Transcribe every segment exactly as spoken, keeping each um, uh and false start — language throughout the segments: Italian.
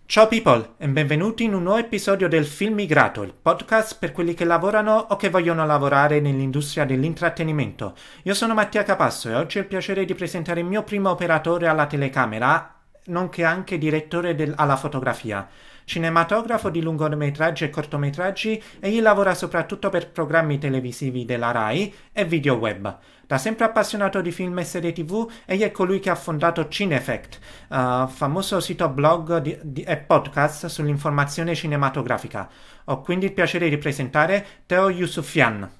Ciao people e benvenuti in un nuovo episodio del Film Migrato, il podcast per quelli che lavorano o che vogliono lavorare nell'industria dell'intrattenimento. Io sono Mattia Capasso e oggi ho il piacere di presentare il mio primo operatore alla telecamera, nonché anche direttore del- alla fotografia. Cinematografo di lungometraggi e cortometraggi, egli lavora soprattutto per programmi televisivi della Rai e video web. Da sempre appassionato di film e serie T V, egli è colui che ha fondato Cinefect, uh, famoso sito blog di- di- e podcast sull'informazione cinematografica. Ho quindi il piacere di presentare Teo Yusufian.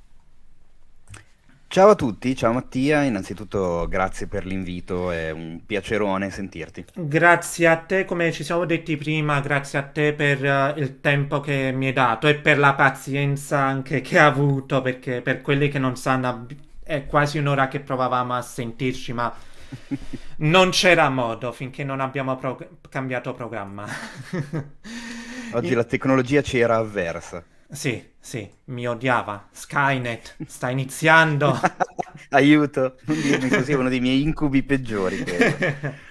Ciao a tutti, ciao Mattia, innanzitutto grazie per l'invito, è un piacerone sentirti. Grazie a te, come ci siamo detti prima, grazie a te per eh, il tempo che mi hai dato e per la pazienza anche che hai avuto, perché per quelli che non sanno ab- è quasi un'ora che provavamo a sentirci, ma non c'era modo finché non abbiamo pro- cambiato programma. Oggi In- la tecnologia ci era avversa. Sì, sì, mi odiava. Skynet sta iniziando. Aiuto, non dirmi così, è uno dei miei incubi peggiori quello.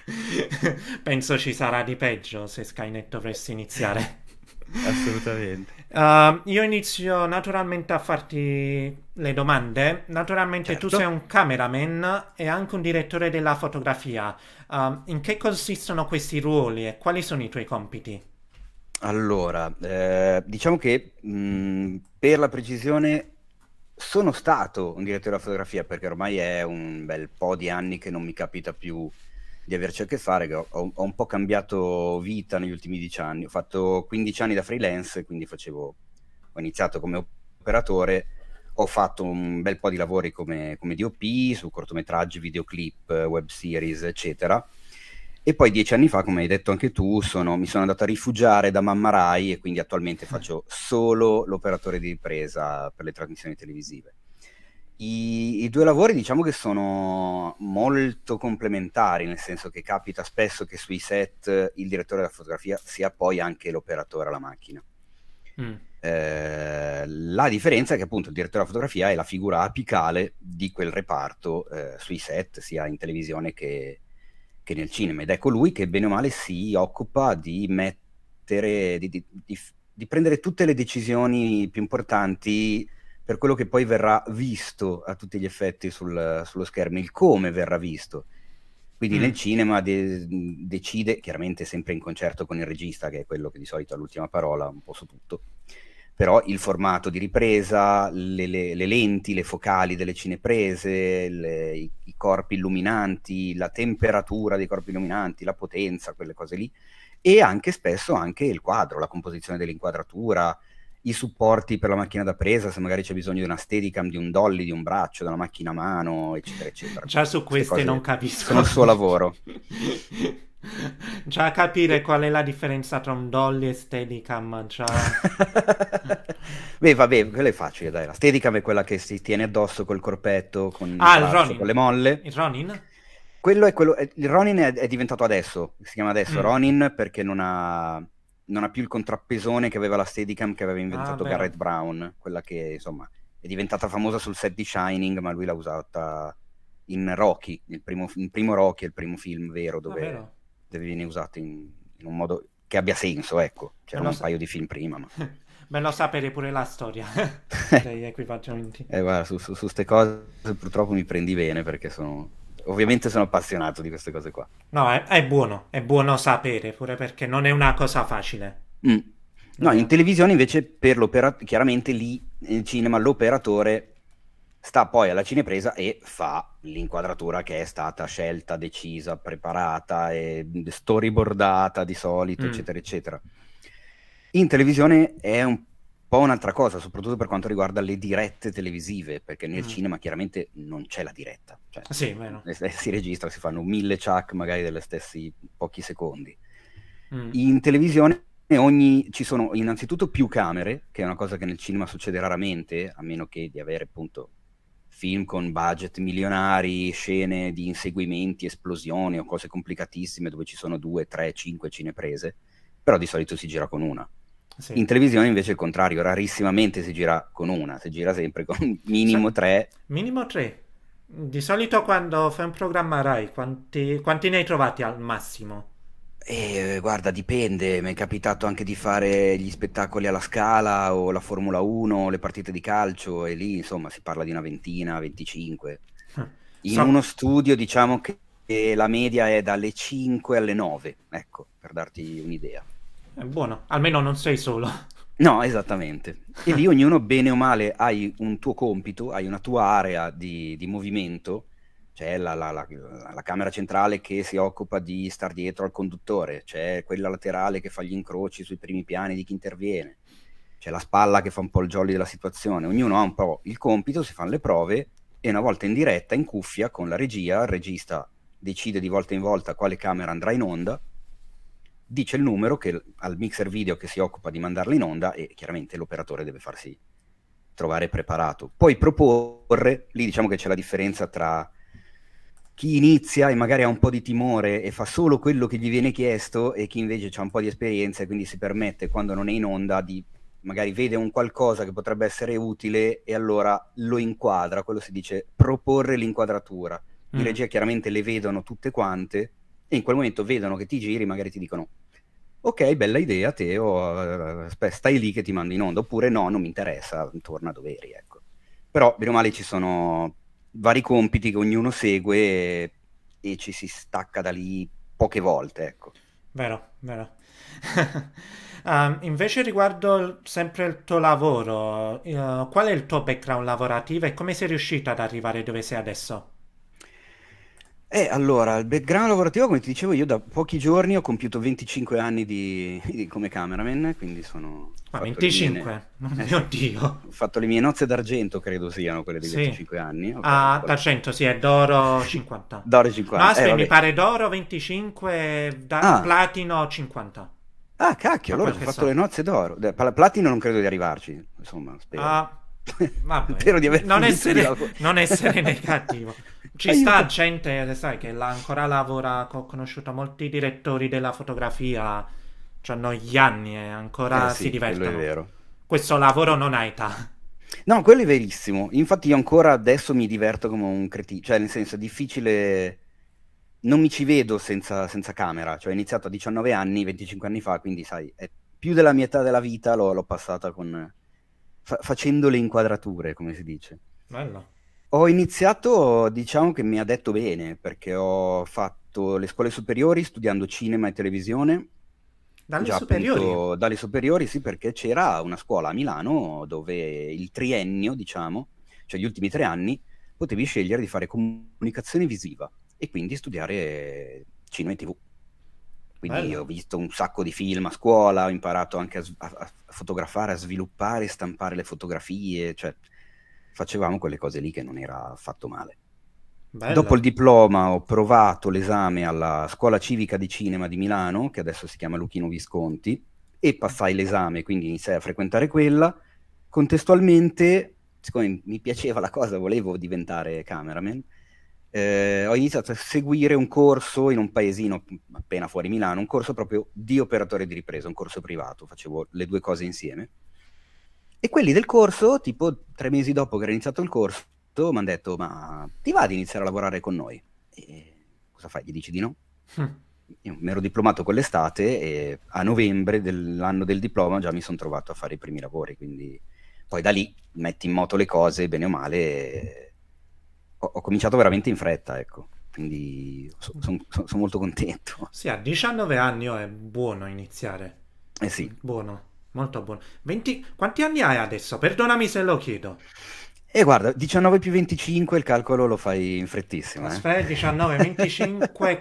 Penso ci sarà di peggio se Skynet dovesse iniziare. Assolutamente. Uh, io inizio naturalmente a farti le domande. Naturalmente tu sei Certo. un cameraman e anche un direttore della fotografia. Uh, in che consistono questi ruoli e quali sono i tuoi compiti? Allora, eh, diciamo che mh, per la precisione sono stato un direttore della fotografia perché ormai è un bel po' di anni che non mi capita più di averci a che fare, che ho, ho- ho un po' cambiato vita negli ultimi dieci anni. Ho fatto quindici anni da freelance, quindi facevo, ho iniziato come operatore, ho fatto un bel po' di lavori come, come D O P su cortometraggi, videoclip, web series, eccetera. E poi dieci anni fa, come hai detto anche tu, sono- mi sono andato a rifugiare da Mamma Rai e quindi attualmente faccio solo l'operatore di ripresa per le trasmissioni televisive. I, i due lavori diciamo che sono molto complementari, nel senso che capita spesso che sui set il direttore della fotografia sia poi anche l'operatore alla macchina. Mm. Eh, la differenza è che appunto il direttore della fotografia è la figura apicale di quel reparto eh, sui set, sia in televisione che, che nel cinema, ed è colui che bene o male si occupa di mettere, di, di- di- di prendere tutte le decisioni più importanti per quello che poi verrà visto a tutti gli effetti sul- sullo schermo, il come verrà visto. Quindi nel Mm. cinema de- decide, chiaramente sempre in concerto con il regista, che è quello che di solito ha l'ultima parola un po' su tutto, però il formato di ripresa, le, le- le lenti, le focali delle cineprese, le- i, i corpi illuminanti, la temperatura dei corpi illuminanti, la potenza, quelle cose lì, e anche spesso anche il quadro, la composizione dell'inquadratura, i supporti per la macchina da presa, se magari c'è bisogno di una Steadicam, di un dolly, di un braccio, della macchina a mano, eccetera, eccetera. Già su Queste queste non cose sono capisco. il suo lavoro. Già capire qual è la differenza tra un dolly e Steadicam, già... Beh, vabbè, quello è facile, dai. La Steadicam è quella che si tiene addosso col corpetto, con il Ah, il braccio, con Ronin. le molle. Il Ronin? Quello è quello. è- Il Ronin è, è diventato adesso, si chiama adesso Mm. Ronin perché non ha, non ha più il contrappesone che aveva la Steadicam che aveva Ah, inventato vero. Garrett Brown, quella che insomma è diventata famosa sul set di Shining, ma lui l'ha usata in Rocky, il primo, il primo Rocky è il primo film vero Ah, dove, vero. dove viene usato in, in un modo che abbia senso, ecco. C'erano Bello, un sa- paio di film prima, ma... Bello sapere pure la storia degli equipaggiamenti. Eh, guarda, su, su, su ste cose purtroppo mi prendi bene perché sono... Ovviamente sono appassionato di queste cose qua. No, è, è buono, è buono sapere, pure perché non è una cosa facile. Mm. No, Non in è... televisione invece per l'operatore, chiaramente lì nel cinema l'operatore sta poi alla cinepresa e fa l'inquadratura che è stata scelta, decisa, preparata e storyboardata di solito, Mm. eccetera, eccetera. In televisione è un po' un'altra cosa, soprattutto per quanto riguarda le dirette televisive, perché nel Mm. cinema chiaramente non c'è la diretta, cioè Sì, vero. eh, si registra, si fanno mille chuck magari delle stessi pochi secondi. Mm. In televisione ogni, ci sono innanzitutto più camere, che è una cosa che nel cinema succede raramente, a meno che di avere appunto film con budget milionari, scene di inseguimenti, esplosioni o cose complicatissime dove ci sono due, tre, cinque cineprese, però di solito si gira con una. Sì. In televisione invece è il contrario, rarissimamente si gira con una, si gira sempre con Sa- minimo tre. Minimo tre. Di solito quando fai un programma Rai, quanti, quanti ne hai trovati al massimo? E guarda, dipende, mi è capitato anche di fare gli spettacoli alla Scala o la Formula uno, le partite di calcio e lì insomma si parla di una ventina, venticinque. In So, uno studio diciamo che che la media è dalle cinque alle nove, ecco, per darti un'idea. è buono, almeno non sei solo. No, esattamente. E lì ognuno, bene o male, hai un tuo compito, hai una tua area di, di movimento. C'è la, la- la- la camera centrale che si occupa di star dietro al conduttore, c'è quella laterale che fa gli incroci sui primi piani di chi interviene, c'è la spalla che fa un po' il jolly della situazione. Ognuno ha un po' il compito, si fanno le prove e una volta in diretta, in cuffia, con la regia, il regista decide di volta in volta quale camera andrà in onda, dice il numero che, al mixer video che si occupa di mandarla in onda e chiaramente l'operatore deve farsi trovare preparato. Poi proporre, lì diciamo che c'è la differenza tra chi inizia e magari ha un po' di timore e fa solo quello che gli viene chiesto e chi invece ha un po' di esperienza e quindi si permette, quando non è in onda, di magari vede un qualcosa che potrebbe essere utile e allora lo inquadra, quello si dice proporre l'inquadratura. In Mm. regia chiaramente le vedono tutte quante e in quel momento vedono che ti giri, magari ti dicono ok, bella idea, Teo, eh, stai lì che ti mando in onda, oppure no, non mi interessa, torna dove eri, ecco. Però, bene o male, ci sono vari compiti che ognuno segue e, e ci si stacca da lì poche volte, ecco. Vero, vero. Um, invece riguardo il- sempre il tuo lavoro, eh, qual è il tuo background lavorativo e come sei riuscito ad arrivare dove sei adesso? E allora, il background lavorativo, come ti dicevo, io da pochi giorni ho compiuto venticinque anni di, di- come cameraman, quindi sono, ho Ma fatto le mie, ne- venticinque? Oh eh mio sì, Dio. ho fatto le mie nozze d'argento, credo siano quelle dei Sì. venticinque anni, ok, Ah, poi- d'argento, sì, è d'oro cinquanta. d'oro No, cinquanta, eh aspetta, mi vabbè. pare d'oro venticinque, da Ah, platino cinquanta. ah, cacchio, Ma allora quel ho che fatto le so. nozze d'oro. De- pal- Platino non credo di arrivarci, insomma, spero. Ah, vabbè, Spero di aver non finito di essere, lavorare. non essere negativo. Ci sta Aiuto. gente, sai, che la- ancora lavora, ho conosciuto molti direttori della fotografia, hanno gli anni e Eh ancora si sì, quello è divertono. vero. Questo lavoro non ha età. No, quello è verissimo. Infatti io ancora adesso mi diverto come un cretino, cioè nel senso è difficile, non mi ci vedo senza, senza camera, cioè ho iniziato a diciannove anni, venticinque anni fa, quindi sai, è più della mia età della vita l'ho, l'ho passata con, fa- facendo le inquadrature, come si dice. Bello. Ho iniziato, diciamo che mi ha detto bene, perché ho fatto le scuole superiori studiando cinema e televisione, Dalle già superiori. appunto dalle superiori, sì, perché c'era una scuola a Milano dove il triennio, diciamo, cioè gli ultimi tre anni, potevi scegliere di fare comunicazione visiva e quindi studiare cinema e T V. Quindi ho Bello. visto un sacco di film a scuola, ho imparato anche a, s- a- a fotografare, a sviluppare e stampare le fotografie, cioè facevamo quelle cose lì che non era affatto male. Dopo il Bello. diploma ho provato l'esame alla Scuola Civica di Cinema di Milano, che adesso si chiama Luchino Visconti, e passai l'esame, quindi iniziai a frequentare quella. Contestualmente, siccome mi piaceva la cosa, volevo diventare cameraman, eh, ho iniziato a seguire un corso in un paesino appena fuori Milano, un corso proprio di operatore di ripresa, un corso privato, facevo le due cose insieme. E quelli del corso, tipo tre mesi dopo che era iniziato il corso, mi hanno detto, ma ti va di iniziare a lavorare con noi? E cosa fai? Gli dici di no? Hm. Io mi ero diplomato quell'estate e a novembre dell'anno del diploma già mi sono trovato a fare i primi lavori, quindi poi da lì metti in moto le cose, bene o male, e ho, ho cominciato veramente in fretta, ecco, quindi sono son, son- son molto contento. Sì, a diciannove anni oh, è buono iniziare. Eh sì. Buono, molto buono. venti... Quanti anni hai adesso? Perdonami se lo chiedo. E guarda, diciannove più venticinque il calcolo lo fai in frettissima, eh. Aspetta, diciannove, venticinque,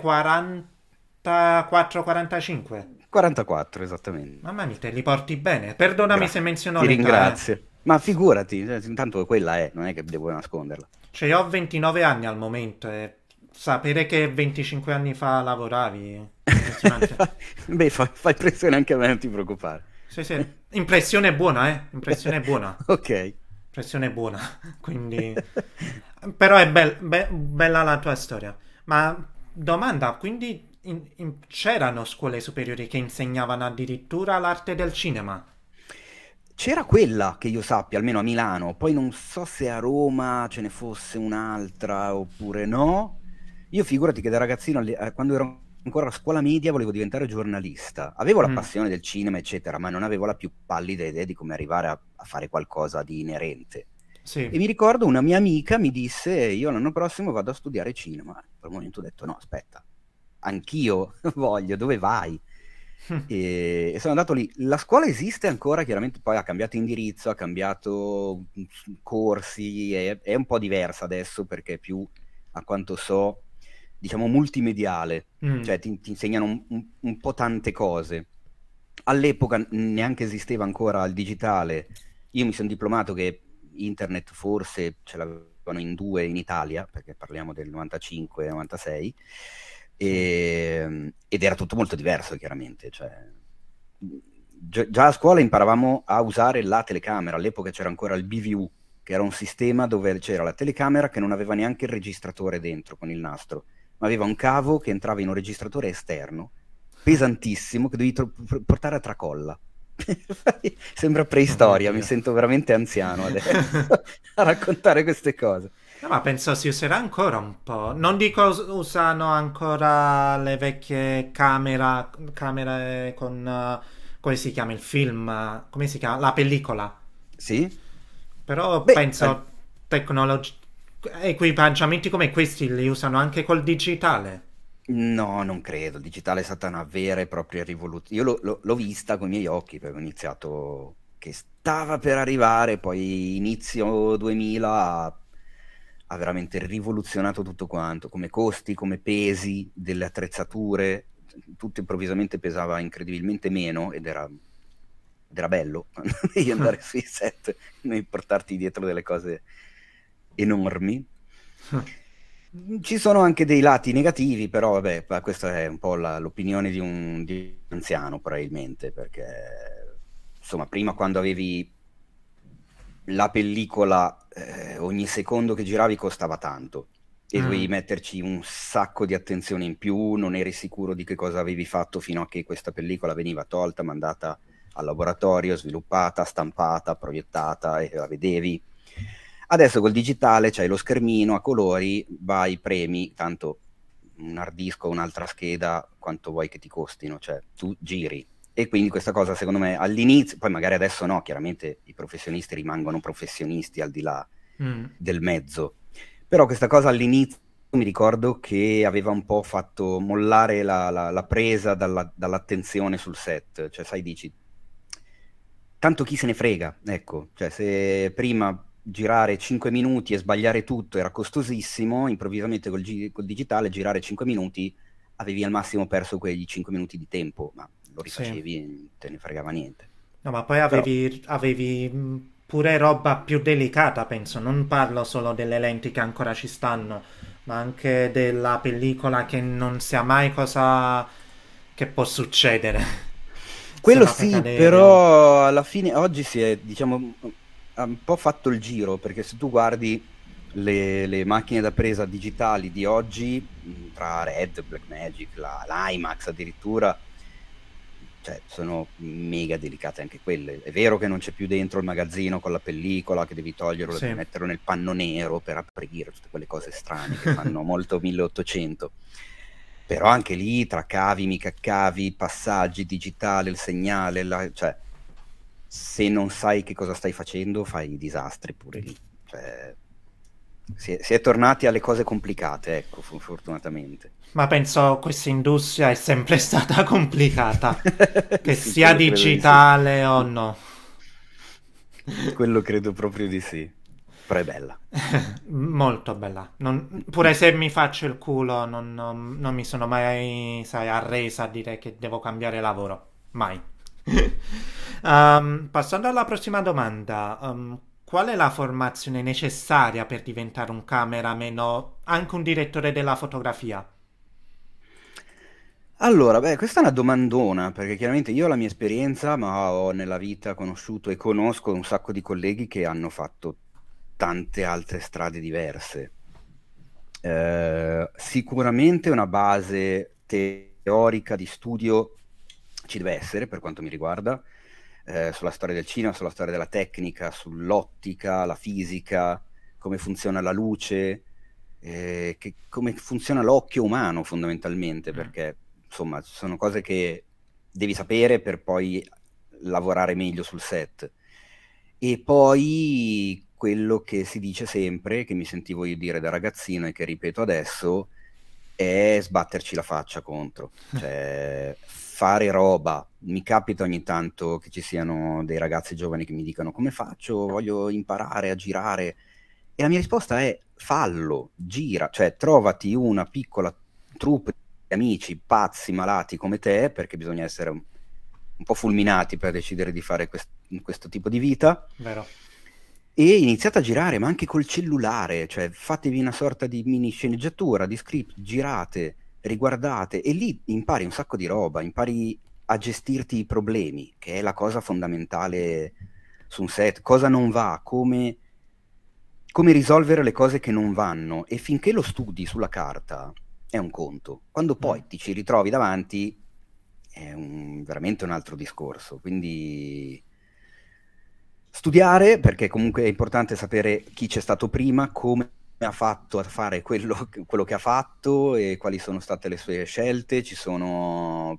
quarantaquattro, quarantacinque. quarantaquattro, esattamente. Mamma mia, te li porti bene. Perdonami se Grazie, menziono ti l'età, eh. ringrazio. Ma figurati, cioè, intanto quella è, non è che devo nasconderla. Cioè, io ho ventinove anni al momento e sapere che venticinque anni fa lavoravi è impressionante. Beh, fai, fai pressione anche a me, non ti preoccupare. Sì, sì. Impressione buona, eh? Impressione buona. Ok. Impressione buona. Quindi... Però è bel- be- bella la tua storia. Ma domanda, quindi in- in- c'erano scuole superiori che insegnavano addirittura l'arte del cinema? C'era quella che io sappia, almeno a Milano, poi non so se a Roma ce ne fosse un'altra oppure no. Io figurati che da ragazzino, alle- eh, quando ero ancora a scuola media volevo diventare giornalista. Avevo la Mm, passione del cinema, eccetera, ma non avevo la più pallida idea di come arrivare a, a fare qualcosa di inerente. sì. E mi ricordo una mia amica mi disse, io l'anno prossimo vado a studiare cinema. Per un momento ho detto, no, aspetta, anch'io voglio, dove vai? E, e sono andato lì. La scuola esiste ancora, chiaramente poi ha cambiato indirizzo, ha cambiato mm, corsi, è, è un po' diversa adesso perché è più, a quanto so, diciamo multimediale, Mm, cioè ti, ti insegnano un, un- un po' tante cose. All'epoca neanche esisteva ancora il digitale. Io mi sono diplomato che internet forse ce l'avevano in due in Italia, perché parliamo del novantacinque novantasei, sì. e, ed era tutto molto diverso, chiaramente. Cioè, gi- già a scuola imparavamo a usare la telecamera. All'epoca c'era ancora il B V U, che era un sistema dove c'era la telecamera che non aveva neanche il registratore dentro con il nastro, ma aveva un cavo che entrava in un registratore esterno, pesantissimo, che dovevi tro- portare a tracolla. Sembra Oh mio preistoria, mi Dio. sento veramente anziano adesso a raccontare queste cose. No, ma penso si userà ancora un po'. Non dico us- usano ancora le vecchie camera, camere con, eh, come si chiama il film? eh, Come si chiama? La pellicola. Sì? Però Beh, al- penso tecnologi- equipaggiamenti come questi li usano anche col digitale. no, non credo. Il digitale è stata una vera e propria rivoluzione. Io l'ho l'ho- l'ho vista con i miei occhi, perché ho iniziato che stava per arrivare, poi inizio duemila ha, ha veramente rivoluzionato tutto quanto, come costi, come pesi delle attrezzature, tutto improvvisamente pesava incredibilmente meno ed era, ed era bello di andare sui set e portarti dietro delle cose enormi. Ci sono anche dei lati negativi, però vabbè, ma questa è un po' la- l'opinione di un, di un anziano probabilmente, perché insomma, prima quando avevi la pellicola, eh, ogni secondo che giravi costava tanto e dovevi Mm, metterci un sacco di attenzione in più, non eri sicuro di che cosa avevi fatto fino a che questa pellicola veniva tolta, mandata al laboratorio, sviluppata, stampata, proiettata e la vedevi. Adesso col digitale c'hai lo schermino a colori, vai, premi, tanto un hard disk o un'altra scheda, quanto vuoi che ti costino, cioè tu giri. E quindi questa cosa secondo me all'inizio, poi magari adesso no, chiaramente i professionisti rimangono professionisti al di là mm. del mezzo, però questa cosa all'inizio mi ricordo che aveva un po' fatto mollare la, la- la presa dalla- dall'attenzione sul set, cioè sai, dici, tanto chi se ne frega, ecco, cioè se prima girare cinque minuti e sbagliare tutto era costosissimo, improvvisamente col, gi- col digitale girare cinque minuti avevi al massimo perso quegli cinque minuti di tempo, ma lo Sì. rifacevi e non te ne fregava niente. No, ma poi Però avevi, avevi mh, pure roba più delicata, penso. Non parlo solo delle lenti che ancora ci stanno, ma anche della pellicola che non sa mai cosa che può succedere. Se quello fa sì, cadere o... però alla fine oggi si è, diciamo, ha un po' fatto il giro, perché se tu guardi le, le macchine da presa digitali di oggi, mh, tra Red, Blackmagic, la, l'IMAX addirittura, cioè, sono mega delicate anche quelle. È vero che non c'è più dentro il magazzino con la pellicola, che devi toglierlo, devi Sì. metterlo nel panno nero per aprire, tutte quelle cose strane che fanno molto milleottocento. Però anche lì, tra cavi, mica cavi, passaggi, digitale, il segnale, la- cioè, se non sai che cosa stai facendo, fai disastri pure lì. Cioè, si è, si è tornati alle cose complicate, ecco, fu- fortunatamente. Ma penso questa industria è sempre stata complicata, che Sì, sia quello credo di sì. digitale o no. Quello credo proprio di sì. Però è bella. Molto bella. Non- pure se mi faccio il culo, non, non- non mi sono mai, sai, arresa a dire che devo cambiare lavoro. Mai. Ehm, passando alla prossima domanda, ehm, qual è la formazione necessaria per diventare un cameraman o anche un direttore della fotografia? Allora, beh, questa è una domandona, perché chiaramente io ho la mia esperienza, ma ho nella vita conosciuto e conosco un sacco di colleghi che hanno fatto tante altre strade diverse. Eh, sicuramente una base teorica di studio ci deve essere, per quanto mi riguarda, eh, sulla storia del cinema, sulla storia della tecnica, sull'ottica, la fisica, come funziona la luce, eh, che- come funziona l'occhio umano fondamentalmente, perché insomma, sono cose che devi sapere per poi lavorare meglio sul set. E poi quello che si dice sempre, che mi sentivo io dire da ragazzino e che ripeto adesso, è sbatterci la faccia contro, cioè fare roba. Mi capita ogni tanto che ci siano dei ragazzi giovani che mi dicano come faccio, voglio imparare a girare, e la mia risposta è fallo, gira, cioè trovati una piccola troupe di amici pazzi, malati come te, perché bisogna essere un, un po' fulminati per decidere di fare quest- questo tipo di vita. Vero. E iniziate a girare, ma anche col cellulare, cioè fatevi una sorta di mini sceneggiatura, di script, girate, riguardate, e lì impari un sacco di roba, impari a gestirti i problemi, che è la cosa fondamentale su un set, cosa non va, come, come risolvere le cose che non vanno, e finché lo studi sulla carta è un conto, quando poi Mm. ti ci ritrovi davanti è un- veramente un altro discorso, quindi studiare, perché comunque è importante sapere chi c'è stato prima, come ha fatto a fare quello, quello che ha fatto e quali sono state le sue scelte. Ci sono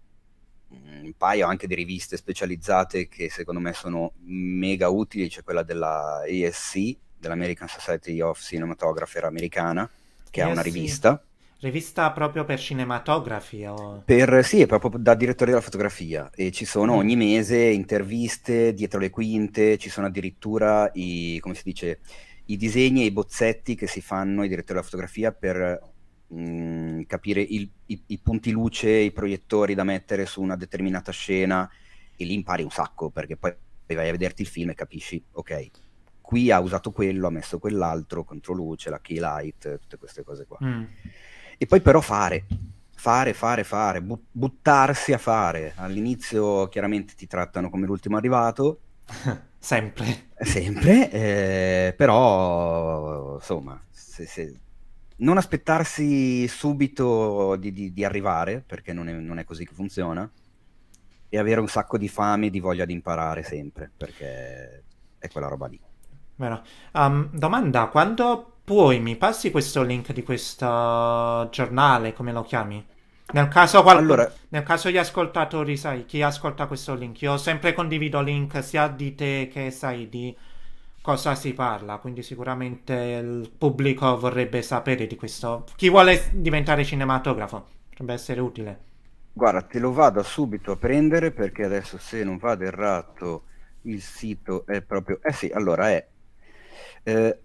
un paio anche di riviste specializzate che secondo me sono mega utili. C'è quella della A S C, dell'American Society of Cinematographer americana, che ha Eh una sì, rivista. rivista proprio per cinematografi o... Per, sì, è proprio da direttore della fotografia, e ci sono Mm. ogni mese interviste dietro le quinte, ci sono addirittura i, come si dice, i disegni e i bozzetti che si fanno i direttori della fotografia per mh, capire il- i, i punti luce, i proiettori da mettere su una determinata scena, e lì impari un sacco, perché poi vai a vederti il film e capisci, ok, qui ha usato quello, ha messo quell'altro, controluce, la key light, tutte queste cose qua. Mm. E poi però fare, fare, fare, fare, bu- buttarsi a fare. All'inizio chiaramente ti trattano come l'ultimo arrivato, Sempre. sempre, eh, però insomma, se- se- non aspettarsi subito di, di- di arrivare, perché non è, non è così che funziona, e avere un sacco di fame e di voglia di imparare sempre, perché è quella roba lì. Vero. Um, domanda, quando puoi mi passi questo link di questo giornale, come lo chiami? Nel caso, qualcun- Allora, nel caso gli ascoltatori, sai, chi ascolta questo link, io sempre condivido link sia di te che sai di cosa si parla, quindi sicuramente il pubblico vorrebbe sapere di questo. Chi vuole diventare cinematografo potrebbe essere utile. guarda, te lo vado subito a prendere, perché adesso, se non vado errato, il sito è proprio... Eh sì, allora è eh,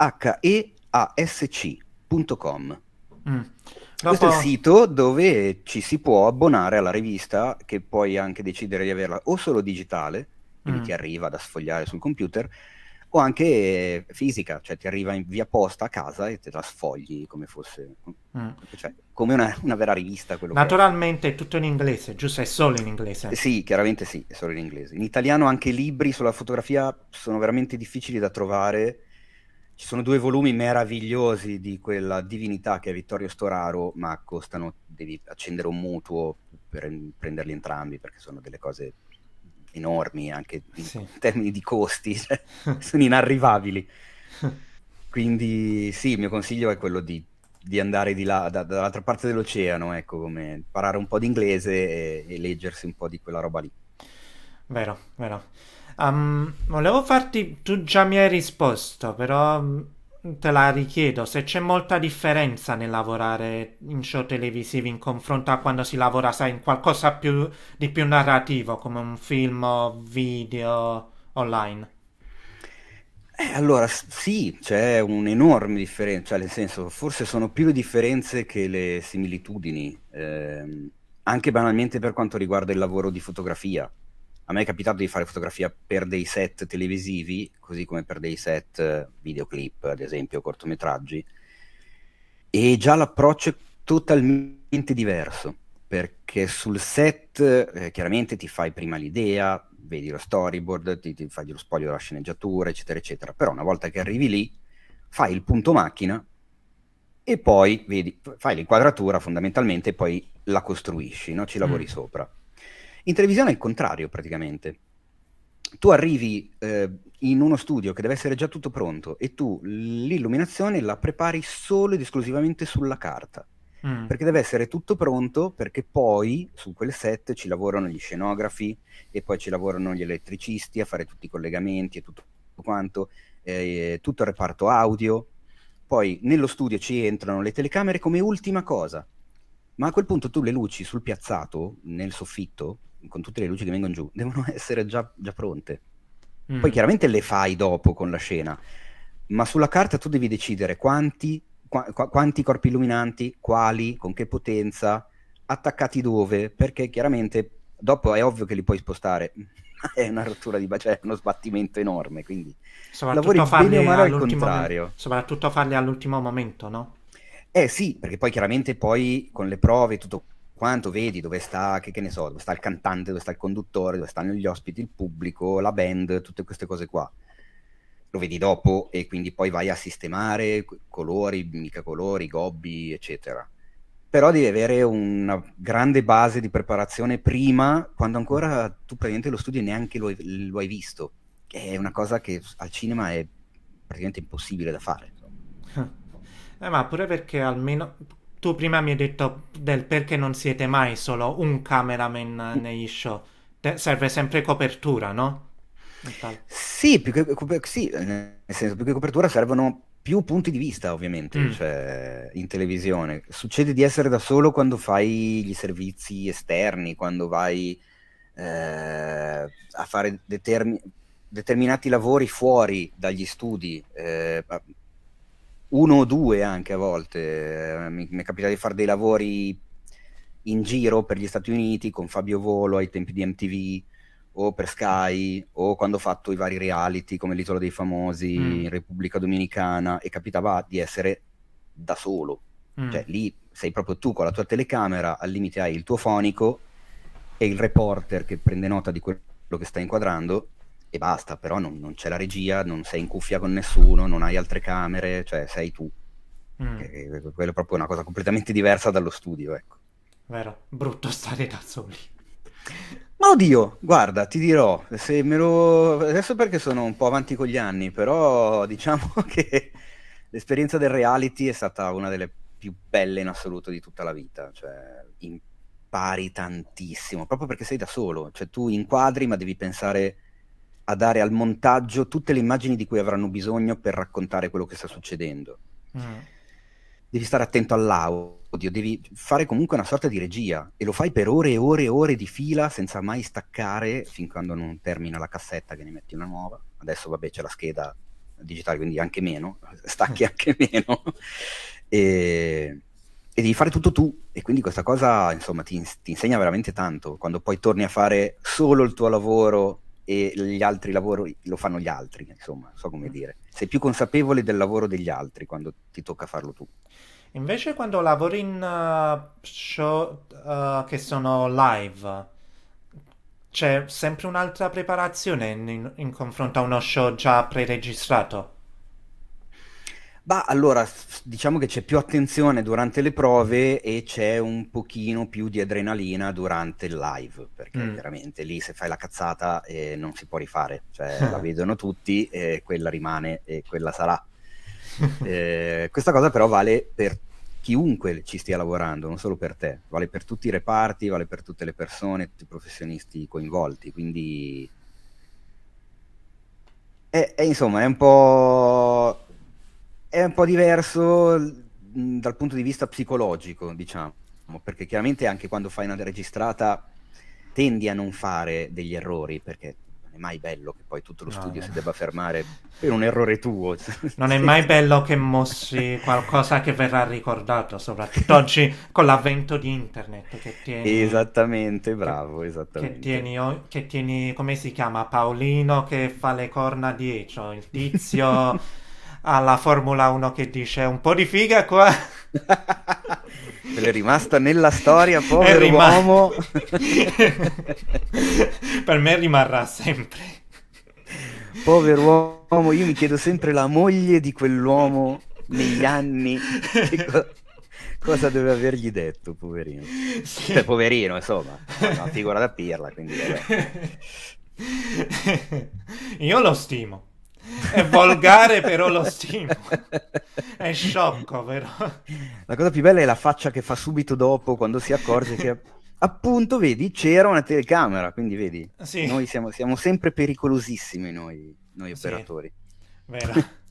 theasc punto com. Mm. Questo è il Dopo, sito dove ci si può abbonare alla rivista, che puoi anche decidere di averla o solo digitale, quindi mm, ti arriva da sfogliare sul computer, o anche fisica, cioè ti arriva in via posta a casa e te la sfogli come fosse, mm. cioè, come una, una vera rivista, quello che è. Naturalmente è tutto in inglese, giusto? È solo in inglese. Sì, chiaramente sì, è solo in inglese. In italiano anche libri sulla fotografia sono veramente difficili da trovare. Ci sono due volumi meravigliosi di quella divinità che è Vittorio Storaro, ma costano, devi accendere un mutuo per prenderli entrambi, perché sono delle cose enormi anche in Sì. termini di costi, cioè, sono inarrivabili. Quindi sì, il mio consiglio è quello di, di andare di là, da- dall'altra parte dell'oceano, ecco, come imparare un po' di inglese e, e leggersi un po' di quella roba lì. Vero, vero. Um, volevo farti, tu già mi hai risposto, però mm, te la richiedo, se c'è molta differenza nel lavorare in show televisivi in confronto a quando si lavora, sai, in qualcosa più, di più narrativo, come un film o video online. Eh, allora, s- sì, c'è un'enorme differenza, cioè nel senso, forse sono più le differenze che le similitudini, ehm, anche banalmente per quanto riguarda il lavoro di fotografia. A me è capitato di fare fotografia per dei set televisivi, così come per dei set eh, videoclip, ad esempio, cortometraggi, e già l'approccio è totalmente diverso, perché sul set eh, chiaramente ti fai prima l'idea, vedi lo storyboard, ti, ti fai lo spoglio della sceneggiatura, eccetera, eccetera. Però una volta che arrivi lì, fai il punto macchina e poi vedi, fai l'inquadratura fondamentalmente e poi la costruisci, no? Ci lavori Mm, sopra. In televisione è il contrario praticamente. Tu arrivi eh, in uno studio che deve essere già tutto pronto e tu l'illuminazione la prepari solo ed esclusivamente sulla carta. Mm. perché deve essere tutto pronto, perché poi su quel set ci lavorano gli scenografi e poi ci lavorano gli elettricisti a fare tutti i collegamenti e tutto quanto, eh, tutto il reparto audio. Poi nello studio ci entrano le telecamere come ultima cosa, ma a quel punto tu le luci sul piazzato, nel soffitto, con tutte le luci che vengono giù, devono essere già, già pronte. Poi Mm. chiaramente le fai dopo con la scena, ma sulla carta tu devi decidere quanti, qua- qua- quanti corpi illuminanti, quali, con che potenza, attaccati dove, perché chiaramente dopo è ovvio che li puoi spostare, è una rottura di bacino, cioè è uno sbattimento enorme, quindi lavori Soprattutto bene o farli male al all'ultimo, mom- contrario. soprattutto farli all'ultimo momento, no? Eh sì, perché poi chiaramente poi con le prove e tutto quanto vedi dove sta, che, che ne so, dove sta il cantante, dove sta il conduttore, dove stanno gli ospiti, il pubblico, la band, tutte queste cose qua. Lo vedi dopo e quindi poi vai a sistemare colori, mica colori, gobbi, eccetera. Però devi avere una grande base di preparazione prima, quando ancora tu praticamente lo studio neanche lo hai, lo hai visto, che è una cosa che al cinema è praticamente impossibile da fare. Eh, ma pure perché almeno tu prima mi hai detto del perché non siete mai solo un cameraman negli show. Te- serve sempre copertura, no? E tal. Sì, più che, cop- sì, nel senso, più che copertura servono più punti di vista, ovviamente, Mm. cioè, in televisione. Succede di essere da solo quando fai gli servizi esterni, quando vai eh, a fare determi- determinati lavori fuori dagli studi, eh, uno o due anche a volte. Eh, mi, mi è capitato di fare dei lavori in giro per gli Stati Uniti con Fabio Volo ai tempi di M T V o per Sky o quando ho fatto i vari reality come l'Isola dei Famosi Mm. in Repubblica Dominicana e capitava di essere da solo. Mm. Cioè lì sei proprio tu con la tua telecamera, al limite hai il tuo fonico e il reporter che prende nota di quello che stai inquadrando e basta, però non, non c'è la regia, non sei in cuffia con nessuno, non hai altre camere, cioè sei tu. Mm. Che- quello è proprio una cosa completamente diversa dallo studio, ecco. Vero, brutto stare da soli. Ma oddio, guarda, ti dirò, se me lo... adesso perché sono un po' avanti con gli anni, però diciamo che l'esperienza del reality è stata una delle più belle in assoluto di tutta la vita, cioè impari tantissimo, proprio perché sei da solo, cioè tu inquadri ma devi pensare a dare al montaggio tutte le immagini di cui avranno bisogno per raccontare quello che sta succedendo. Mm. Devi stare attento all'audio, devi fare comunque una sorta di regia e lo fai per ore e ore e ore di fila senza mai staccare fin quando non termina la cassetta che ne metti una nuova. Adesso vabbè c'è la scheda digitale, quindi anche meno, stacchi anche meno e, e devi fare tutto tu e quindi questa cosa insomma ti, ti insegna veramente tanto quando poi torni a fare solo il tuo lavoro e gli altri lavori lo fanno gli altri, insomma, non so come dire. Sei più consapevole del lavoro degli altri quando ti tocca farlo tu. Invece quando lavori in uh, show uh, che sono live, c'è sempre un'altra preparazione in, in confronto a uno show già preregistrato. Bah, allora, s- diciamo che c'è più attenzione durante le prove e c'è un pochino più di adrenalina durante il live, perché Mm. chiaramente lì se fai la cazzata eh, non si può rifare, cioè la vedono tutti e quella rimane e quella sarà. Eh, questa cosa però vale per chiunque ci stia lavorando, non solo per te, vale per tutti i reparti, vale per tutte le persone, tutti i professionisti coinvolti, quindi è, è, insomma è un po'... è un po' diverso mh, dal punto di vista psicologico, diciamo, perché chiaramente anche quando fai una registrata tendi a non fare degli errori, perché non è mai bello che poi tutto lo No, studio no. si debba fermare per un errore tuo. Non è mai bello che mostri qualcosa che verrà ricordato, soprattutto oggi con l'avvento di internet, che tieni, Esattamente, che, bravo, che esattamente. tieni, o- che tieni, come si chiama? Paolino che fa le corna dietro, il tizio alla Formula uno che dice un po' di figa qua. Quello è rimasta nella storia, E povero rimane. uomo. Per me rimarrà sempre. Povero uomo, io mi chiedo sempre la moglie di quell'uomo negli anni, che co- cosa deve avergli detto, poverino. Cioè, Sì. poverino, insomma, è una figura da pirla, quindi vabbè. Io lo stimo. È volgare, però lo stimo. È sciocco, però. La cosa più bella è la faccia che fa subito dopo, quando si accorge che, appunto, vedi, c'era una telecamera, quindi vedi, Sì, noi siamo, siamo sempre pericolosissimi, noi, noi sì, operatori. vero.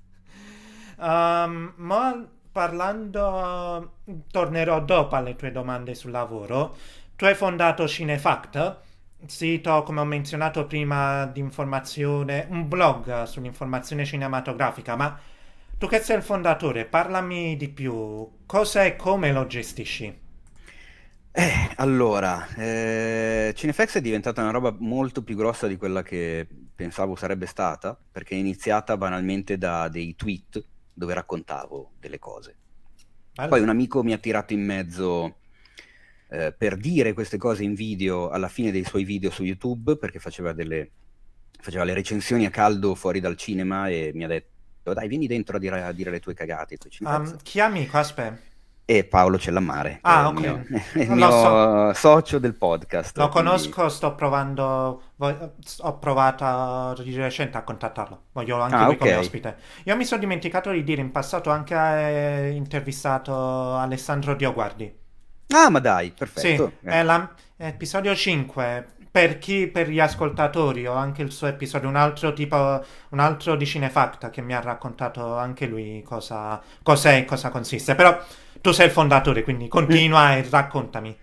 Um, ma parlando, tornerò dopo alle tue domande sul lavoro. Tu hai fondato Cinefact, sito, come ho menzionato prima, di informazione, un blog sull'informazione cinematografica, ma tu che sei il fondatore, parlami di più. Cosa e come lo gestisci? Eh, allora, eh, Cinefx è diventata una roba molto più grossa di quella che pensavo sarebbe stata, perché è iniziata banalmente da dei tweet dove raccontavo delle cose. Poi un Bello. amico mi ha tirato in mezzo eh, per dire queste cose in video alla fine dei suoi video su YouTube, perché faceva delle, faceva le recensioni a caldo fuori dal cinema e mi ha detto, dai, vieni dentro a dire, a dire le tue cagate, i tuoi Um, Cinefx. chi è amico? Aspetta. E Paolo Cellammare, che è Ah, il ok. mio, è il Lo so. mio socio del Lo podcast, quindi... conosco, sto provando, vo- ho provato di recente a contattarlo, voglio anche Ah, lui ok. come ospite. Io mi sono dimenticato di dire in passato anche eh, intervistato Alessandro Dioguardi. Ah, ma dai, Sì, perfetto. Eh. è l'episodio cinque. Per chi, per gli ascoltatori, ho anche il suo episodio, un altro tipo, un altro di Cinefact che mi ha raccontato anche lui cosa, cos'è e cosa consiste. Però tu sei il fondatore, quindi Mm. continua e raccontami.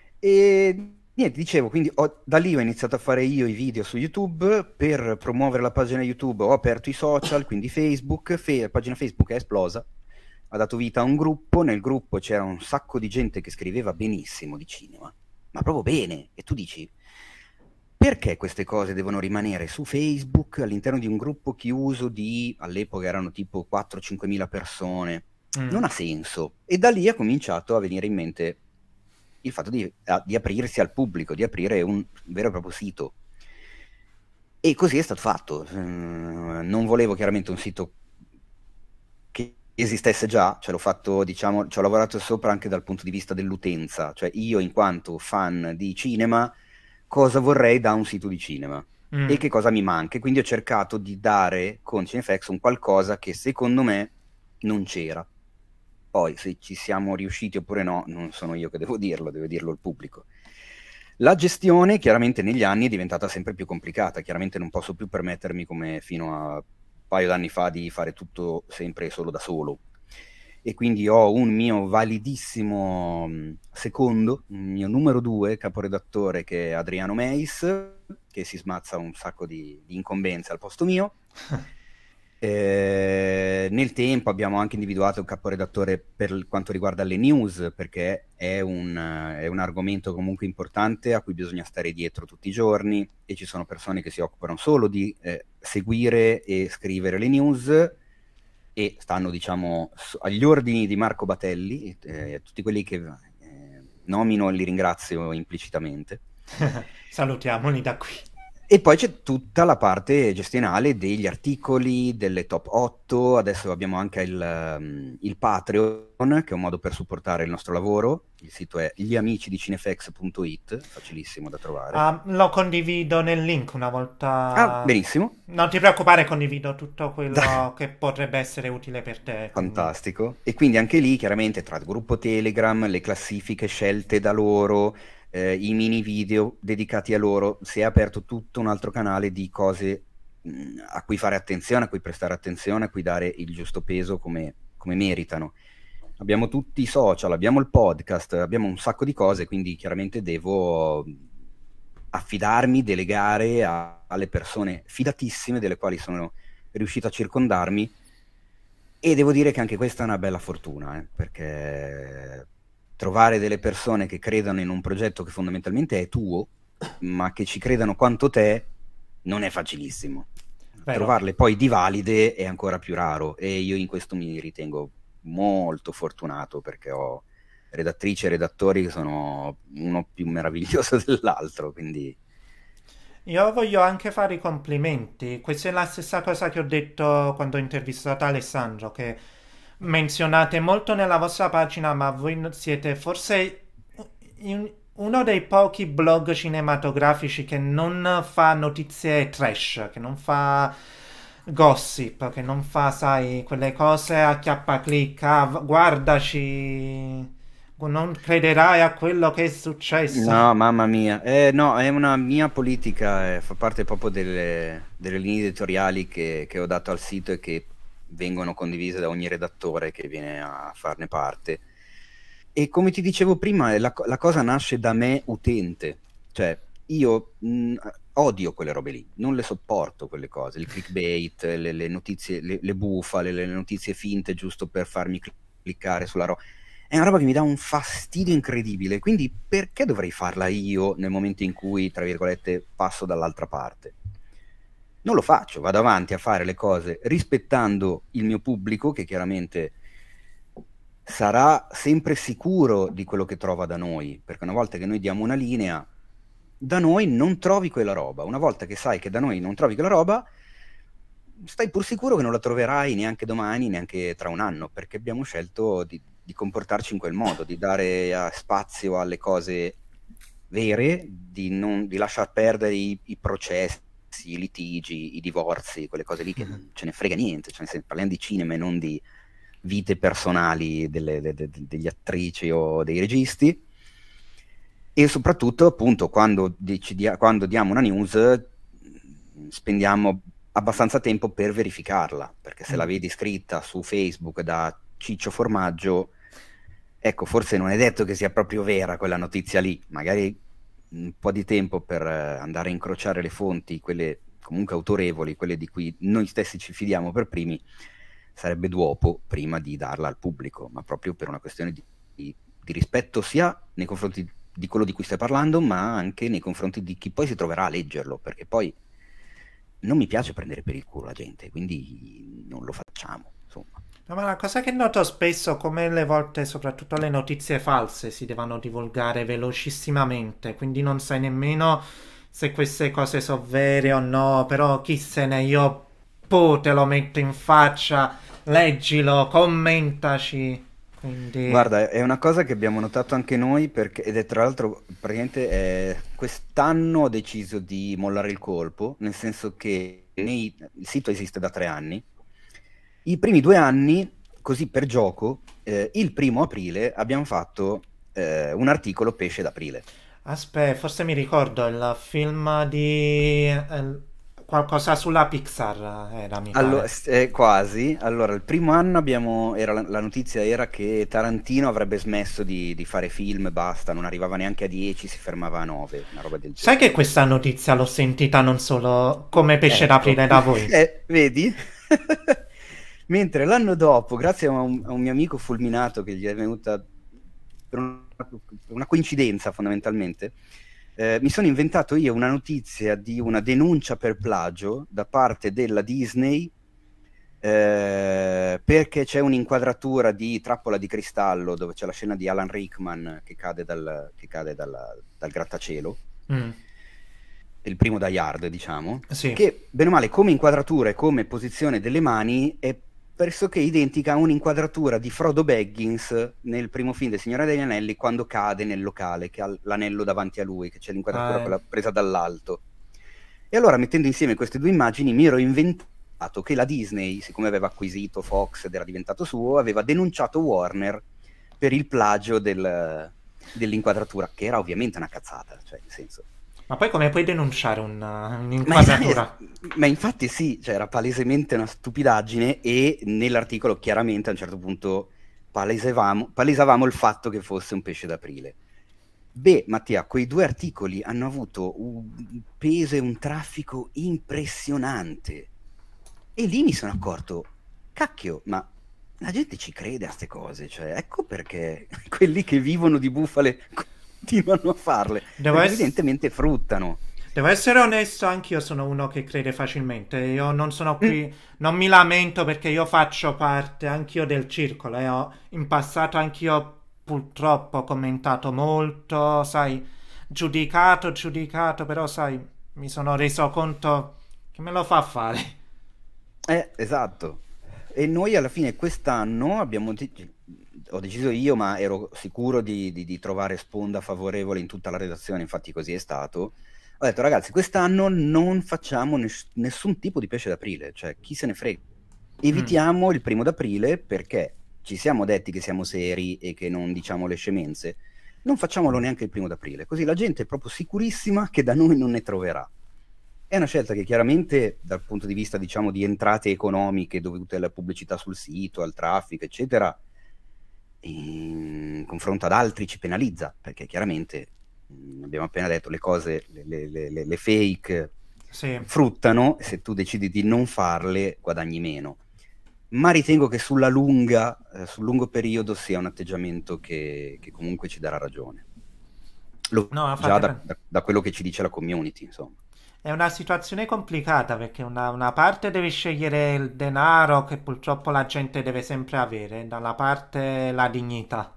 E niente, dicevo, quindi ho- da lì ho iniziato a fare io i video su YouTube. Per promuovere la pagina YouTube ho aperto i social, quindi Facebook, fe- la pagina Facebook è esplosa, ha dato vita a un gruppo, nel gruppo c'era un sacco di gente che scriveva benissimo di cinema, ma proprio bene, e tu dici, perché queste cose devono rimanere su Facebook all'interno di un gruppo chiuso di, all'epoca erano tipo quattro-cinque mila persone? Mm. Non ha senso. E da lì ha cominciato a venire in mente il fatto di, a- di aprirsi al pubblico, di aprire un vero e proprio sito. E così è stato fatto. Eh, non volevo chiaramente un sito che esistesse già, cioè l'ho fatto, diciamo, ci ho lavorato sopra anche dal punto di vista dell'utenza, cioè io in quanto fan di cinema, cosa vorrei da un sito di cinema e Mm. che cosa mi manca. E quindi ho cercato di dare con Cinefx un qualcosa che secondo me non c'era. Poi se ci siamo riusciti oppure no, non sono io che devo dirlo, deve dirlo il pubblico. La gestione chiaramente negli anni è diventata sempre più complicata, chiaramente non posso più permettermi come fino a un paio d'anni fa di fare tutto sempre e solo da solo. E quindi ho un mio validissimo mh, secondo, un mio numero due caporedattore che è Adriano Meis, che si smazza un sacco di, di incombenze al posto mio. Eh, nel tempo abbiamo anche individuato un caporedattore per quanto riguarda le news, perché è un, eh, è un argomento comunque importante a cui bisogna stare dietro tutti i giorni e ci sono persone che si occupano solo di eh, seguire e scrivere le news e stanno, diciamo, s- agli ordini di Marco Batelli, eh, tutti quelli che eh, nomino e li ringrazio implicitamente. Salutiamoli da qui. E poi c'è tutta la parte gestionale degli articoli, delle top otto, adesso abbiamo anche il, um, il Patreon, che è un modo per supportare il nostro lavoro, il sito è gli amici di cinefx punto it, facilissimo da trovare. Ah, lo condivido nel link una Ah, volta. benissimo, Non ti preoccupare, condivido tutto quello che potrebbe essere utile per te. Quindi. fantastico. E quindi anche lì, chiaramente, tra il gruppo Telegram, le classifiche scelte da loro, eh, i mini video dedicati a loro, si è aperto tutto un altro canale di cose mh, a cui fare attenzione, a cui prestare attenzione, a cui dare il giusto peso come, come meritano. Abbiamo tutti i social, abbiamo il podcast, abbiamo un sacco di cose, quindi chiaramente devo affidarmi, delegare a- alle persone fidatissime delle quali sono riuscito a circondarmi e devo dire che anche questa è una bella fortuna, eh, perché trovare delle persone che credano in un progetto che fondamentalmente è tuo, ma che ci credano quanto te, non è facilissimo. Vero. Trovarle poi di valide è ancora più raro e io in questo mi ritengo molto fortunato perché ho redattrici e redattori che sono uno più meraviglioso dell'altro, quindi Io voglio anche fare i complimenti. Questa è la stessa cosa che ho detto quando ho intervistato Alessandro, che menzionate molto nella vostra pagina, ma voi no- siete forse in- uno dei pochi blog cinematografici che non fa notizie trash, che non fa gossip, che non fa, sai, quelle cose a chiappa-clic, ah, v- guardaci, non crederai a quello che è successo. No, mamma mia. Eh, no, è una mia politica, eh, fa parte proprio delle, delle linee editoriali che, che ho dato al sito e che vengono condivise da ogni redattore che viene a farne parte. E come ti dicevo prima, la, co- la cosa nasce da me utente. Cioè, io mh, odio quelle robe lì, non le sopporto quelle cose, il clickbait, le, le notizie, le, le bufale, le, le notizie finte giusto per farmi cl- cliccare sulla roba. È una roba che mi dà un fastidio incredibile, quindi perché dovrei farla io nel momento in cui, tra virgolette, passo dall'altra parte? Non lo faccio, vado avanti a fare le cose rispettando il mio pubblico, che chiaramente sarà sempre sicuro di quello che trova da noi, perché una volta che noi diamo una linea, da noi non trovi quella roba. Una volta che sai che da noi non trovi quella roba, stai pur sicuro che non la troverai neanche domani, neanche tra un anno, perché abbiamo scelto di, di comportarci in quel modo, di dare eh, spazio alle cose vere, di, non, di lasciar perdere i, i processi, i litigi, i divorzi, quelle cose lì che non ce ne frega niente, cioè, se parliamo di cinema e non di vite personali delle, de, de, degli attrici o dei registi. E soprattutto, appunto, quando, decidia- quando diamo una news, spendiamo abbastanza tempo per verificarla, perché se la Mm. vedi scritta su Facebook da Ciccio Formaggio, ecco, forse non è detto che sia proprio vera quella notizia lì, magari un po' di tempo per eh, andare a incrociare le fonti, quelle comunque autorevoli, quelle di cui noi stessi ci fidiamo per primi, sarebbe dopo, prima di darla al pubblico, ma proprio per una questione di, di- di rispetto sia nei confronti di quello di cui stai parlando, ma anche nei confronti di chi poi si troverà a leggerlo, perché poi non mi piace prendere per il culo la gente, quindi non lo facciamo, insomma. No, ma la cosa che noto spesso, come le volte, soprattutto le notizie false, si devono divulgare velocissimamente, quindi non sai nemmeno se queste cose sono vere o no, però chi se ne io, po, te lo metto in faccia, leggilo, commentaci. Quindi, Guarda, è una cosa che abbiamo notato anche noi, perché, ed è tra l'altro, praticamente eh, quest'anno ho deciso di mollare il colpo, nel senso che nei- il sito esiste da tre anni. I primi due anni, così per gioco, eh, il primo aprile abbiamo fatto eh, un articolo pesce d'aprile. aspetta, forse mi ricordo il film di... eh, qualcosa sulla Pixar era, mi Allo- pare. s- eh, quasi. Allora, il primo anno abbiamo, era, la, la notizia era che Tarantino avrebbe smesso di, di fare film, basta, non arrivava neanche a dieci, si fermava a nove, una roba del Sai che genere. questa notizia l'ho sentita non solo come pesce Ecco, d'aprile da voi? eh, vedi? Mentre l'anno dopo, grazie a un, a un mio amico fulminato che gli è venuta per una, una coincidenza fondamentalmente, eh, mi sono inventato io una notizia di una denuncia per plagio da parte della Disney, eh, perché c'è un'inquadratura di Trappola di cristallo dove c'è la scena di Alan Rickman che cade dal, che cade dalla- dal grattacielo, Mm, il primo Die Hard, diciamo, sì. che bene o male come inquadratura e come posizione delle mani è pressoché identica a un'inquadratura di Frodo Baggins nel primo film del Signore degli Anelli, quando cade nel locale, che ha l'anello davanti a lui, che c'è l'inquadratura Eh, quella presa dall'alto. E allora, mettendo insieme queste due immagini, mi ero inventato che la Disney, siccome aveva acquisito Fox ed era diventato suo, aveva denunciato Warner per il plagio del- dell'inquadratura, che era ovviamente una cazzata, cioè nel senso. ma poi come puoi denunciare un- Ma, es- un'inquadratura? ma infatti sì, cioè era palesemente una stupidaggine, e nell'articolo chiaramente a un certo punto palesavamo, palesavamo il fatto che fosse un pesce d'aprile. Beh, Mattia, quei due articoli hanno avuto un peso e un traffico impressionante. E lì mi sono accorto, cacchio, ma la gente ci crede a ste cose, cioè ecco perché quelli che vivono di bufale continuano a farle, Devo, perché ess- evidentemente fruttano. Devo essere onesto, anch'io sono uno che crede facilmente. Io non sono Mm, qui, non mi lamento perché io faccio parte anch'io del circolo e ho in passato anch'io purtroppo commentato molto, sai, giudicato, giudicato, però sai, mi sono reso conto che me lo fa fare. eh, esatto. E noi alla fine quest'anno abbiamo, de- ho deciso io, ma ero sicuro di, di- di trovare sponda favorevole in tutta la redazione, infatti così è stato. Ho detto, ragazzi, quest'anno non facciamo ness- nessun tipo di pesce d'aprile, cioè chi se ne frega. Mm. Evitiamo il primo d'aprile perché ci siamo detti che siamo seri e che non diciamo le scemenze. Non facciamolo neanche il primo d'aprile, così la gente è proprio sicurissima che da noi non ne troverà. È una scelta che chiaramente dal punto di vista, diciamo, di entrate economiche dovute alla pubblicità sul sito, al traffico, eccetera, in confronto ad altri ci penalizza, perché chiaramente, mh, abbiamo appena detto, le cose, le, le- le- le fake Sì. fruttano, e se tu decidi di non farle guadagni meno. Ma ritengo che sulla lunga, eh, sul lungo periodo sia un atteggiamento che, che comunque ci darà ragione. Lo No, già fate da, bene. da- da quello che ci dice la community, insomma. È una situazione complicata perché una, una parte devi scegliere il denaro che purtroppo la gente deve sempre avere, dalla parte la dignità.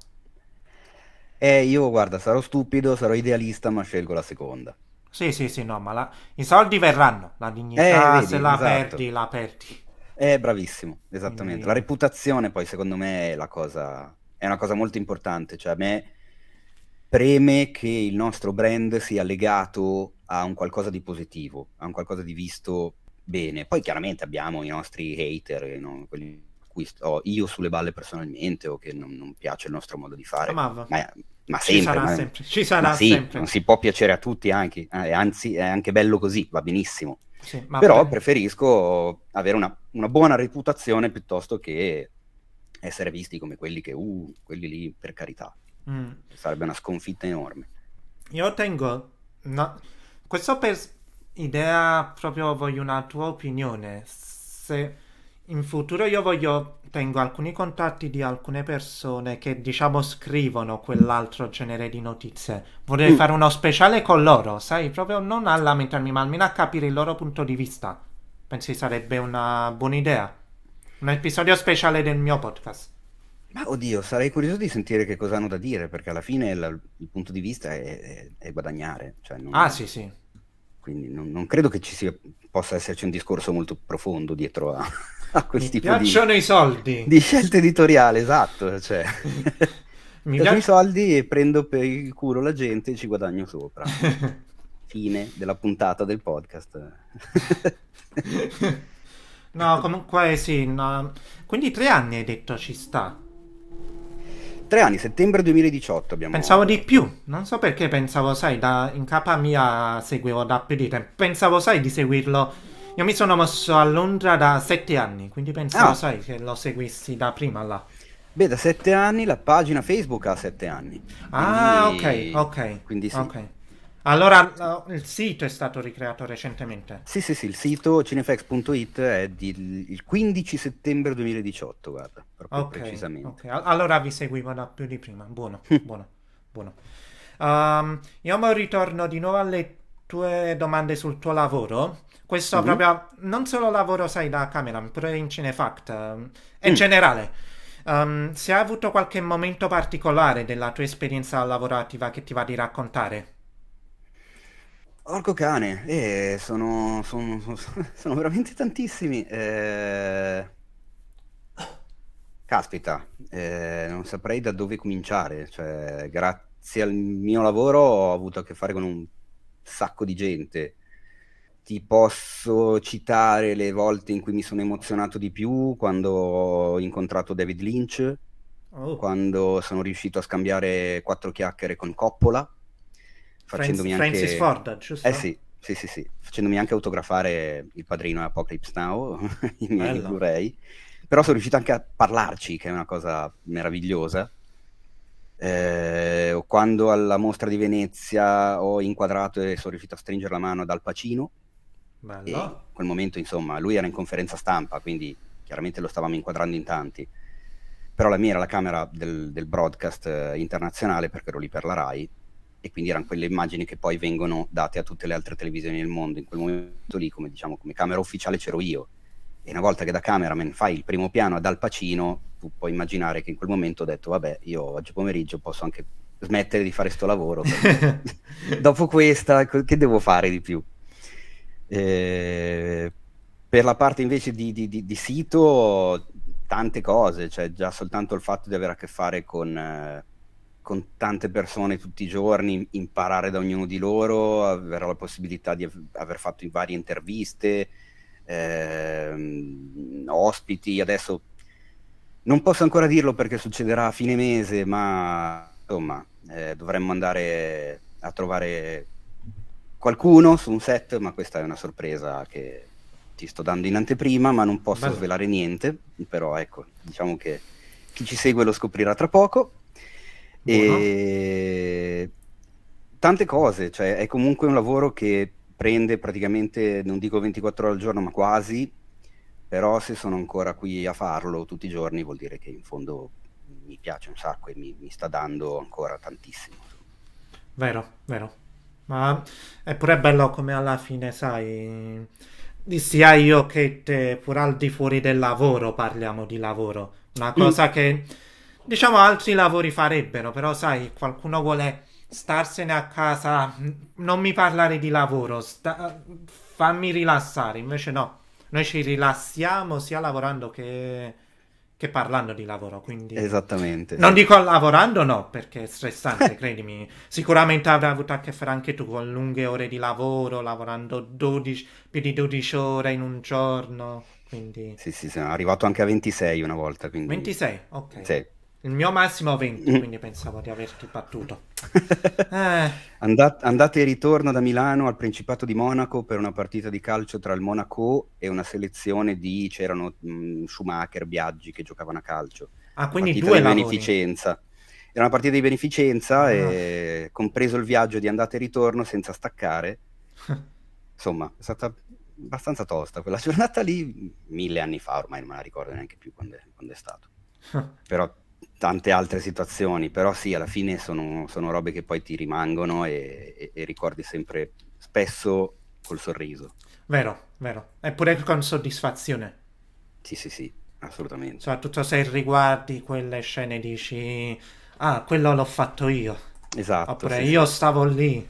Eh, io guarda, sarò stupido, sarò idealista, ma scelgo la seconda. Sì, sì, sì, no, ma la- i soldi verranno, la Eh, dignità se vedi, la esatto. perdi, la perdi. Eh, bravissimo, esattamente. La Quindi, reputazione poi secondo me è la cosa, è una cosa molto importante, cioè a me preme che il nostro brand sia legato a un qualcosa di positivo, a un qualcosa di visto bene. Poi chiaramente abbiamo i nostri hater, no? Quelli a cui sto io sulle balle personalmente o che non, non piace il nostro modo di ah, fare, ma ma, ma ci sempre, sarà ma, sempre, ci ma sarà sì, non sempre. si può piacere a tutti anche, eh, anzi è anche bello così, va benissimo. Sì, ma Però pre- preferisco avere una, una buona reputazione piuttosto che essere visti come quelli che, uh, quelli lì per carità. mm. Sarebbe una sconfitta enorme. Io tengo, no, questo per idea proprio voglio una tua opinione. Se in futuro io voglio, tengo alcuni contatti di alcune persone che diciamo scrivono quell'altro genere di notizie. Vorrei Mm. fare uno speciale con loro, sai, proprio non a lamentarmi, ma almeno a capire il loro punto di vista. Pensi sarebbe una buona idea? Un episodio speciale del mio podcast. Ma oddio, sarei curioso di sentire che cosa hanno da dire, perché alla fine il, il punto di vista è, è- è guadagnare, cioè Ah, non- sì, sì. quindi non, non credo che ci sia, possa esserci un discorso molto profondo dietro a, a quel Mi tipo di, piacciono i soldi. di scelta editoriale, esatto, cioè mi Mi piacciono i piace. soldi e prendo per il culo la gente e ci guadagno sopra. Fine della puntata del podcast. No, comunque sì, no. Quindi tre anni hai detto ci sta. Tre anni, settembre duemiladiciotto Pensavo abbiamo... di più. Non so perché pensavo, sai, da, in capa mia seguivo da più di tempo. Pensavo, sai, di seguirlo. Io mi sono mosso a Londra da sette anni, quindi pensavo, Ah, sai, che lo seguissi da prima là. beh, da sette anni la pagina Facebook ha sette anni, Ah, ok, quindi, ok, quindi sì. ok. Allora, eh, il sito è stato ricreato recentemente. Sì, sì, sì, il sito cinefx punto it è di, il quindici settembre duemiladiciotto, guarda, proprio Ok, ok. precisamente. Al- Allora vi seguivo da più di prima. Buono, buono, buono. Um, io mo ritorno di nuovo alle tue domande sul tuo lavoro. Questo Mhm. proprio, non solo lavoro, sai, da camera, pure in Cinefact, um, in Mm. generale. Um, se hai avuto qualche momento particolare della tua esperienza lavorativa che ti va di raccontare? Orco cane, eh, sono, sono- sono- sono veramente tantissimi. eh, Caspita, eh, non saprei da dove cominciare. Cioè, grazie al mio lavoro ho avuto a che fare con un sacco di gente. Ti posso citare le volte in cui mi sono emozionato di più, quando ho incontrato David Lynch, Oh, quando sono riuscito a scambiare quattro chiacchiere con Coppola, Franz- facendomi Francis anche... Ford, Eh giusto? sì, sì, sì, sì, facendomi anche autografare Il Padrino e Apocalypse Now, i miei Bello. Blu-ray. Però sono riuscito anche a parlarci, che è una cosa meravigliosa. Eh, o quando alla mostra di Venezia ho inquadrato e sono riuscito a stringere la mano ad Al Pacino, e in Bello. quel momento, insomma, lui era in conferenza stampa, quindi chiaramente lo stavamo inquadrando in tanti. Però la mia era la camera del, del broadcast eh, internazionale, perché ero lì per la Rai, e quindi erano quelle immagini che poi vengono date a tutte le altre televisioni del mondo. In quel momento lì, come diciamo, come camera ufficiale c'ero io. E una volta che da cameraman fai il primo piano ad Al Pacino, tu puoi immaginare che in quel momento ho detto, vabbè, io oggi pomeriggio posso anche smettere di fare sto lavoro, perché dopo questa, che devo fare di più? Eh, per la parte invece di, di- di- di sito, tante cose, cioè già soltanto il fatto di avere a che fare con, eh, con tante persone tutti i giorni, imparare da ognuno di loro, avere la possibilità di av- aver fatto varie interviste, ehm, ospiti. Adesso non posso ancora dirlo perché succederà a fine mese, ma insomma, eh, dovremmo andare a trovare qualcuno su un set, ma questa è una sorpresa che ti sto dando in anteprima, ma non posso Bello. svelare niente, però ecco, diciamo che chi ci segue lo scoprirà tra poco. Buono. E tante cose, cioè è comunque un lavoro che prende praticamente, non dico ventiquattro ore al giorno, ma quasi, però se sono ancora qui a farlo tutti i giorni vuol dire che in fondo mi piace un sacco e mi, mi sta dando ancora tantissimo. Vero, vero. Ma è pure bello come alla fine, sai, sia io che te, pure al di fuori del lavoro parliamo di lavoro. Una Mm, cosa che, diciamo, altri lavori farebbero, però sai, qualcuno vuole starsene a casa, n- non mi parlare di lavoro, sta- fammi rilassare. Invece no, noi ci rilassiamo sia lavorando che, che parlando di lavoro, quindi... esattamente, Non sì. dico lavorando, no, perché è stressante, credimi. Sicuramente avrai avuto a che fare anche tu con lunghe ore di lavoro, lavorando dodici, più di dodici ore in un giorno. Quindi Sì, sì, sono arrivato anche a ventisei una volta, quindi ventisei, ok. sì. Il mio massimo è venti, Mm. quindi pensavo di averti battuto. Eh, Anda- andata e ritorno da Milano al Principato di Monaco per una partita di calcio tra il Monaco e una selezione di, c'erano mh, Schumacher, Biaggi che giocavano a calcio, ah, quindi partita due di lavori. beneficenza. Era una partita di beneficenza Ah. e compreso il viaggio di andata e ritorno senza staccare. Insomma, è stata abbastanza tosta quella giornata lì, mille anni fa, ormai non me la ricordo neanche più quando è, quando è stato. Però tante altre situazioni, però sì, alla fine sono, sono robe che poi ti rimangono e, e- e ricordi sempre, spesso col sorriso. Vero, vero. Eppure con soddisfazione. Sì, sì, sì, assolutamente. Soprattutto se riguardi quelle scene e dici, ah, quello l'ho fatto io. Esatto, Oppure sì, io sì. stavo lì.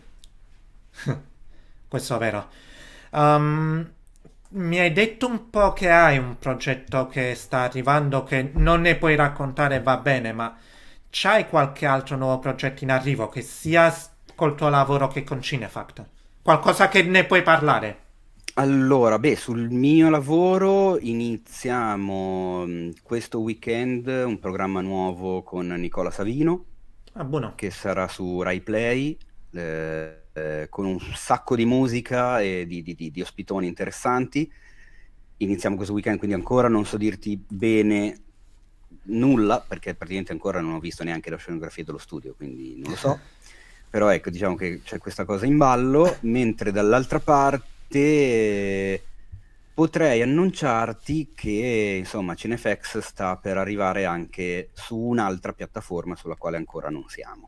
Questo è vero. Um, mi hai detto un po' che hai un progetto che sta arrivando che non ne puoi raccontare, va bene, ma c'hai qualche altro nuovo progetto in arrivo che sia s- col tuo lavoro che con Cinefact? Qualcosa che ne puoi parlare? Allora, beh, sul mio lavoro iniziamo mh, questo weekend un programma nuovo con Nicola Savino, Ah, buono. che sarà su Rai Play, eh, eh, con un sacco di musica e di, di- di- di ospitoni interessanti. Iniziamo questo weekend, quindi ancora non so dirti bene nulla, perché praticamente ancora non ho visto neanche la scenografia dello studio, quindi non lo so. Però ecco, diciamo che c'è questa cosa in ballo, mentre dall'altra parte eh, potrei annunciarti che insomma Cinefx sta per arrivare anche su un'altra piattaforma sulla quale ancora non siamo.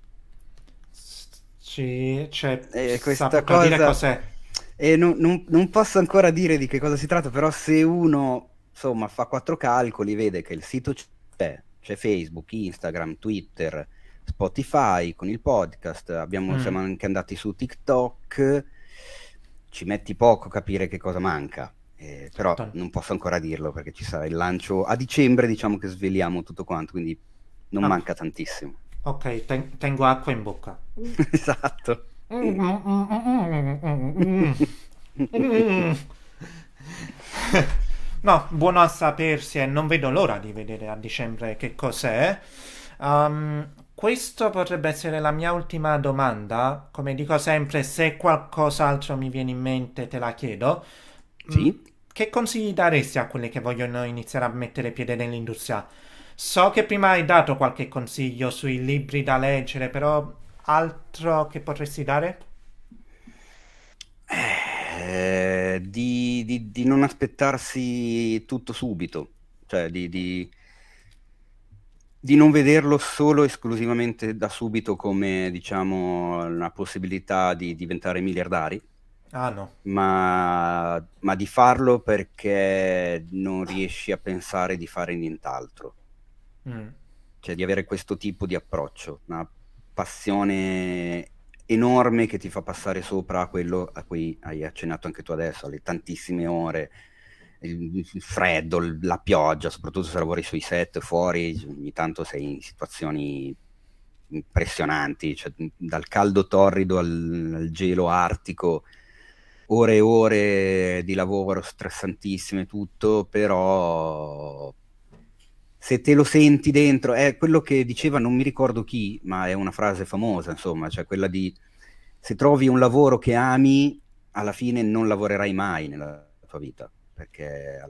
Ci, cioè, E questa saputo dire cosa, cos'è? e non, non- non posso ancora dire di che cosa si tratta, però se uno insomma fa quattro calcoli, vede che il sito c'è, c'è Facebook, Instagram, Twitter, Spotify con il podcast, abbiamo- Mm, siamo anche andati su TikTok, ci metti poco a capire che cosa manca. Eh, però ton- non posso ancora dirlo perché ci sarà il lancio a dicembre, diciamo che sveliamo tutto quanto, quindi non ah, manca tantissimo. ok, ten- tengo acqua in bocca. Esatto. No, buono a sapersi e non vedo l'ora di vedere a dicembre che cos'è. Um, questo potrebbe essere la mia ultima domanda. Come dico sempre, se qualcos'altro mi viene in mente, te la chiedo. Mm, Sì? che consigli daresti a quelli che vogliono iniziare a mettere piede nell'industria? So che prima hai dato qualche consiglio sui libri da leggere, però altro che potresti dare? Eh, di, di- di non aspettarsi tutto subito, cioè di, di- di non vederlo solo esclusivamente da subito come, diciamo, una possibilità di diventare miliardari, Ah no. ma, ma di farlo perché non riesci a pensare di fare nient'altro, Mm. cioè di avere questo tipo di approccio, una passione enorme che ti fa passare sopra a quello a cui hai accennato anche tu adesso, alle tantissime ore, il, il freddo, il- la pioggia, soprattutto se lavori sui set fuori, ogni tanto sei in situazioni impressionanti, cioè, dal caldo torrido al, al gelo artico, ore e ore di lavoro stressantissime, tutto, però se te lo senti dentro, è quello che diceva, non mi ricordo chi, ma è una frase famosa, insomma, cioè quella di se trovi un lavoro che ami, alla fine non lavorerai mai nella tua vita, perché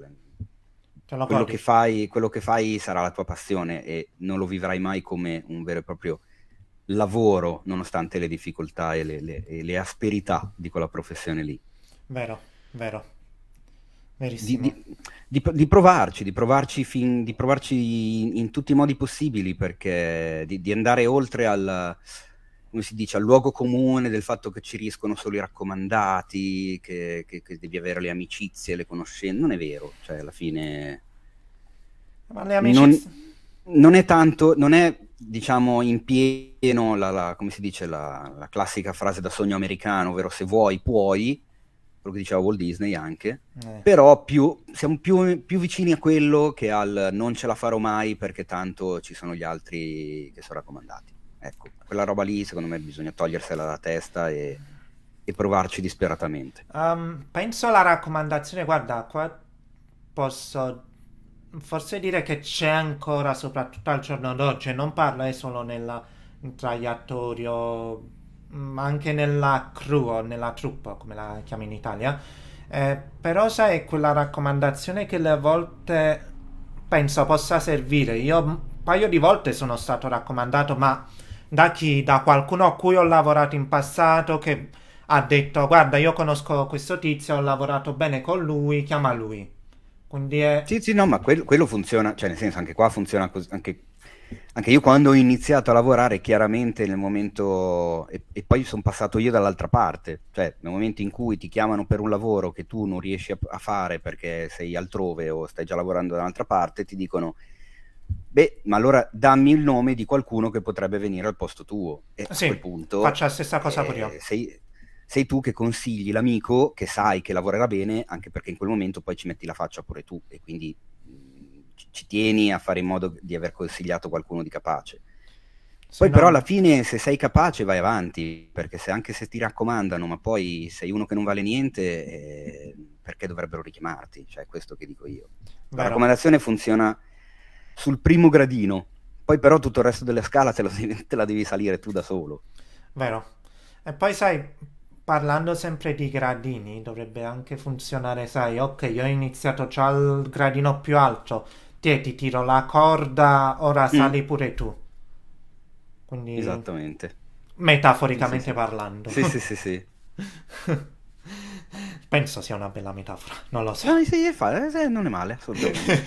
Te lo quello godi. che fai, quello che fai sarà la tua passione e non lo vivrai mai come un vero e proprio lavoro, nonostante le difficoltà e le, le- e le asperità di quella professione lì. Vero, vero, Di, verissimo. di- di- di provarci, di provarci, fin- di provarci in, in tutti i modi possibili, perché di, di andare oltre al, come si dice, al luogo comune del fatto che ci riescono solo i raccomandati, che, che- che devi avere le amicizie, le conoscenze. Non è vero, cioè alla fine Ma le non, amicizie... non è tanto, non è diciamo in pieno la, la- come si dice, la, la classica frase da sogno americano, ovvero se vuoi puoi, quello che diceva Walt Disney anche, eh. però più, siamo più, più vicini a quello che al non ce la farò mai perché tanto ci sono gli altri che sono raccomandati. Ecco, quella roba lì secondo me bisogna togliersela dalla testa e, e provarci disperatamente. Um, penso alla raccomandazione, guarda, qua posso forse dire che c'è ancora, soprattutto al giorno d'oggi, non parlo eh, solo nella intraiettorio, ma anche nella crew o nella troupe, come la chiami in Italia. Eh, però sai, quella raccomandazione che alle volte penso possa servire. Io un paio di volte sono stato raccomandato, ma da chi? Da qualcuno a cui ho lavorato in passato che ha detto guarda io conosco questo tizio, ho lavorato bene con lui, chiama lui. Quindi è... Sì, sì, no, ma quel- quello funziona, cioè nel senso anche qua funziona così, anche, anche io quando ho iniziato a lavorare chiaramente nel momento, e, e poi sono passato io dall'altra parte, cioè nel momento in cui ti chiamano per un lavoro che tu non riesci a, a fare perché sei altrove o stai già lavorando da un'altra parte, ti dicono, beh, ma allora dammi il nome di qualcuno che potrebbe venire al posto tuo. E a quel Sì, punto faccio la stessa cosa pure eh, io. sei, sei tu che consigli l'amico che sai che lavorerà bene, anche perché in quel momento poi ci metti la faccia pure tu e quindi mh, ci ci tieni a fare in modo di aver consigliato qualcuno di capace. Se Poi però no... alla fine se sei capace vai avanti, perché se anche se ti raccomandano, ma poi sei uno che non vale niente, eh, perché dovrebbero richiamarti? Cioè, è questo che dico io. La Vero, raccomandazione funziona sul primo gradino, poi però tutto il resto della scala te, lo devi- te la devi salire tu da solo. vero. E poi sai, parlando sempre di gradini, dovrebbe anche funzionare, sai, ok, io ho iniziato già al gradino più alto, ti, ti tiro la corda, ora Mm, sali pure tu. Quindi, esattamente. Sì, sì, metaforicamente sì. parlando. Sì, sì, sì, sì. Penso sia una bella metafora, non lo so. No, sì, fa- eh, non è male, assolutamente.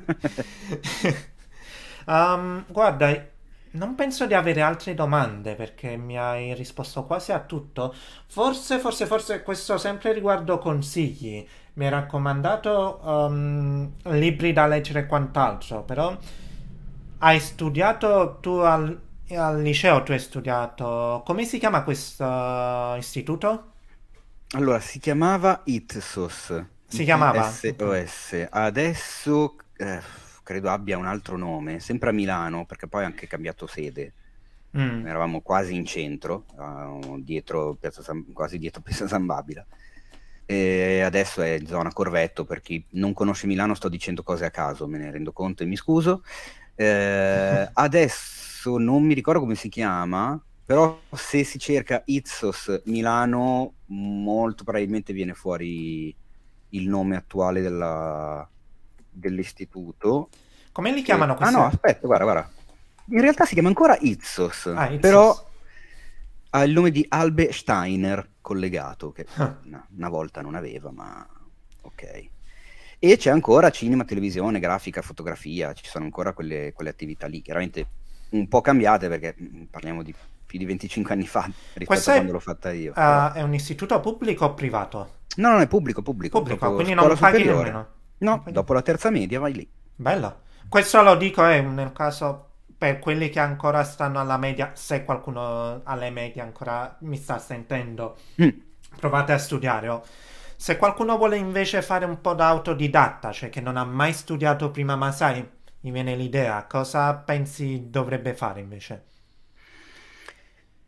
Um, guarda, non penso di avere altre domande perché mi hai risposto quasi a tutto. Forse, forse, forse questo sempre riguardo consigli. Mi hai raccomandato um, libri da leggere e quant'altro, però hai studiato tu al, al liceo, tu hai studiato... Come si chiama questo istituto? Allora, si chiamava Itsos, Si chiamava? Ok. I T S O S. Adesso eh, credo abbia un altro nome, sempre a Milano, perché poi ha anche cambiato sede. Mm. Eravamo quasi in centro, eh, dietro Piazza San- quasi dietro Piazza San Babila. E adesso è in zona Corvetto, per chi non conosce Milano sto dicendo cose a caso, me ne rendo conto e mi scuso. Eh, adesso non mi ricordo come si chiama, però se si cerca Ipsos Milano, molto probabilmente viene fuori il nome attuale della- dell'istituto. Come li E- chiamano ah no, queste? aspetta, guarda, guarda. In realtà si chiama ancora Ipsos, Ah, Ipsos. però ha il nome di Albe Steiner collegato, che una, una volta non aveva, ma ok. E c'è ancora cinema, televisione, grafica, fotografia, ci sono ancora quelle, quelle attività lì, chiaramente un po' cambiate perché mm, parliamo di più di venticinque anni fa rispetto Questo a è, quando l'ho fatta io, però... eh, è un istituto pubblico o privato? No, non è pubblico, pubblico, Pubblico, proprio quindi scuola non paghi superiore. nemmeno. Non No, paghi- dopo la terza media vai lì. Bello. Questo lo dico eh, nel caso per quelli che ancora stanno alla media, se qualcuno alle medie ancora mi sta sentendo, Mm. provate a studiare. Oh. Se qualcuno vuole invece fare un po' da autodidatta, cioè che non ha mai studiato prima, ma sai, mi viene l'idea, cosa pensi dovrebbe fare invece?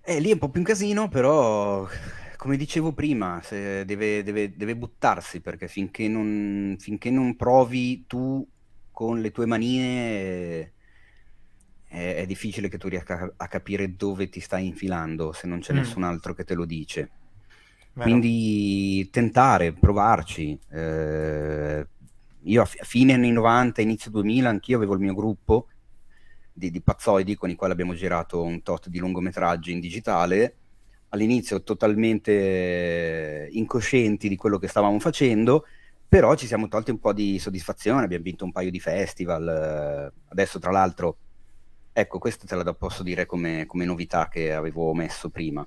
Eh, lì è un po' più un casino, però, come dicevo prima, se deve, deve- deve buttarsi, perché finché non, finché non provi tu con le tue manie, eh, è, è difficile che tu riesca a, a capire dove ti stai infilando se non c'è Mm, nessun altro che te lo dice. vero. Quindi tentare, provarci. Eh, io a, fi- a fine anni novanta, inizio duemila, anch'io avevo il mio gruppo di, di pazzoidi con i quali abbiamo girato un tot di lungometraggi in digitale, all'inizio totalmente incoscienti di quello che stavamo facendo, però ci siamo tolti un po' di soddisfazione, abbiamo vinto un paio di festival, eh, adesso tra l'altro, ecco, questa te la do- posso dire come, come novità che avevo messo prima.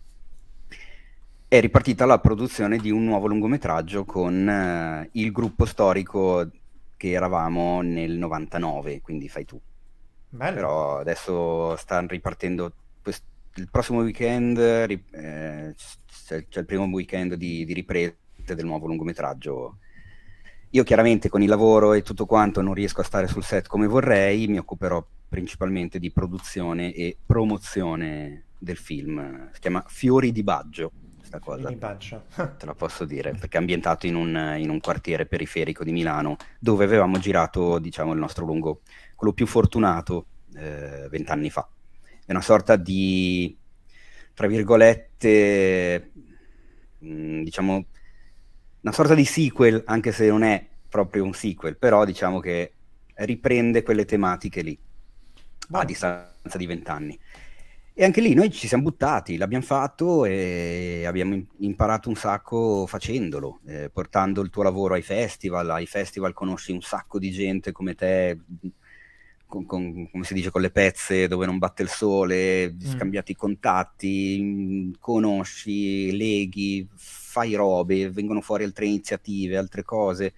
È ripartita la produzione di un nuovo lungometraggio con eh, il gruppo storico che eravamo nel novantanove, quindi fai tu. Bello. Però adesso stanno ripartendo quest- il prossimo weekend, ri- eh, c'è, c'è il primo weekend di, di riprese del nuovo lungometraggio. Io chiaramente con il lavoro e tutto quanto non riesco a stare sul set come vorrei, mi occuperò principalmente di produzione e promozione del film. Si chiama Fiori di Baggio, questa cosa, Di Baggio. te la posso dire, perché è ambientato in un, in un quartiere periferico di Milano, dove avevamo girato, diciamo, il nostro lungo, quello più fortunato, eh, vent'anni fa. È una sorta di, tra virgolette, mh, diciamo, una sorta di sequel, anche se non è proprio un sequel, però diciamo che riprende quelle tematiche lì, a Buono. distanza di vent'anni. E anche lì noi ci siamo buttati, l'abbiamo fatto e abbiamo im- imparato un sacco facendolo, eh, portando il tuo lavoro ai festival. Ai festival conosci un sacco di gente come te, con, con- come si dice, con le pezze dove non batte il sole, Mm. scambiati contatti, mh, conosci, leghi, fai robe, vengono fuori altre iniziative, altre cose.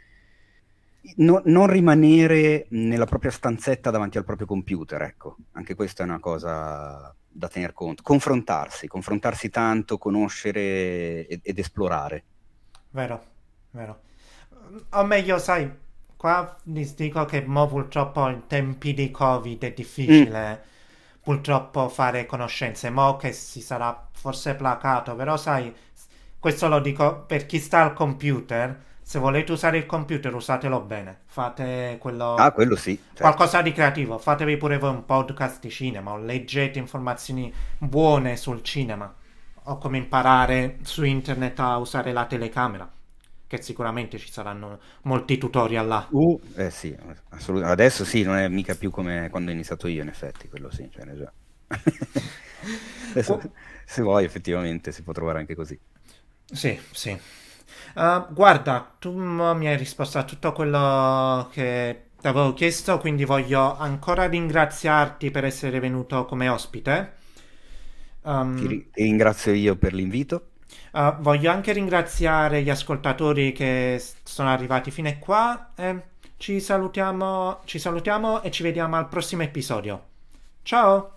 No- non rimanere nella propria stanzetta davanti al proprio computer, ecco, anche questa è una cosa da tener conto. Confrontarsi, confrontarsi tanto, conoscere ed, ed esplorare. Vero, vero. O meglio, sai, qua vi dico che mo purtroppo in tempi di Covid è Mm. difficile purtroppo fare conoscenze. Mo che si sarà forse placato, però sai, questo lo dico per chi sta al computer. Se volete usare il computer, usatelo bene. Fate Ah, quello. quello sì, certo. Qualcosa di creativo. Fatevi pure voi un podcast di cinema o leggete informazioni buone sul cinema. O come imparare su internet a usare la telecamera. Che sicuramente ci saranno molti tutorial là. Uh, eh sì, assolutamente. Adesso sì, non è mica più come quando ho iniziato io, in effetti, quello sì, cioè, già. Adesso, Gu- se vuoi, effettivamente si può trovare anche così. sì, sì. Uh, guarda, tu mo mi hai risposto a tutto quello che ti avevo chiesto, quindi voglio ancora ringraziarti per essere venuto come ospite. Ti, Um, ri- ti ringrazio io per l'invito. uh, voglio anche ringraziare gli ascoltatori che s- sono arrivati fino a qua. E ci salutiamo, ci salutiamo e ci vediamo al prossimo episodio. Ciao!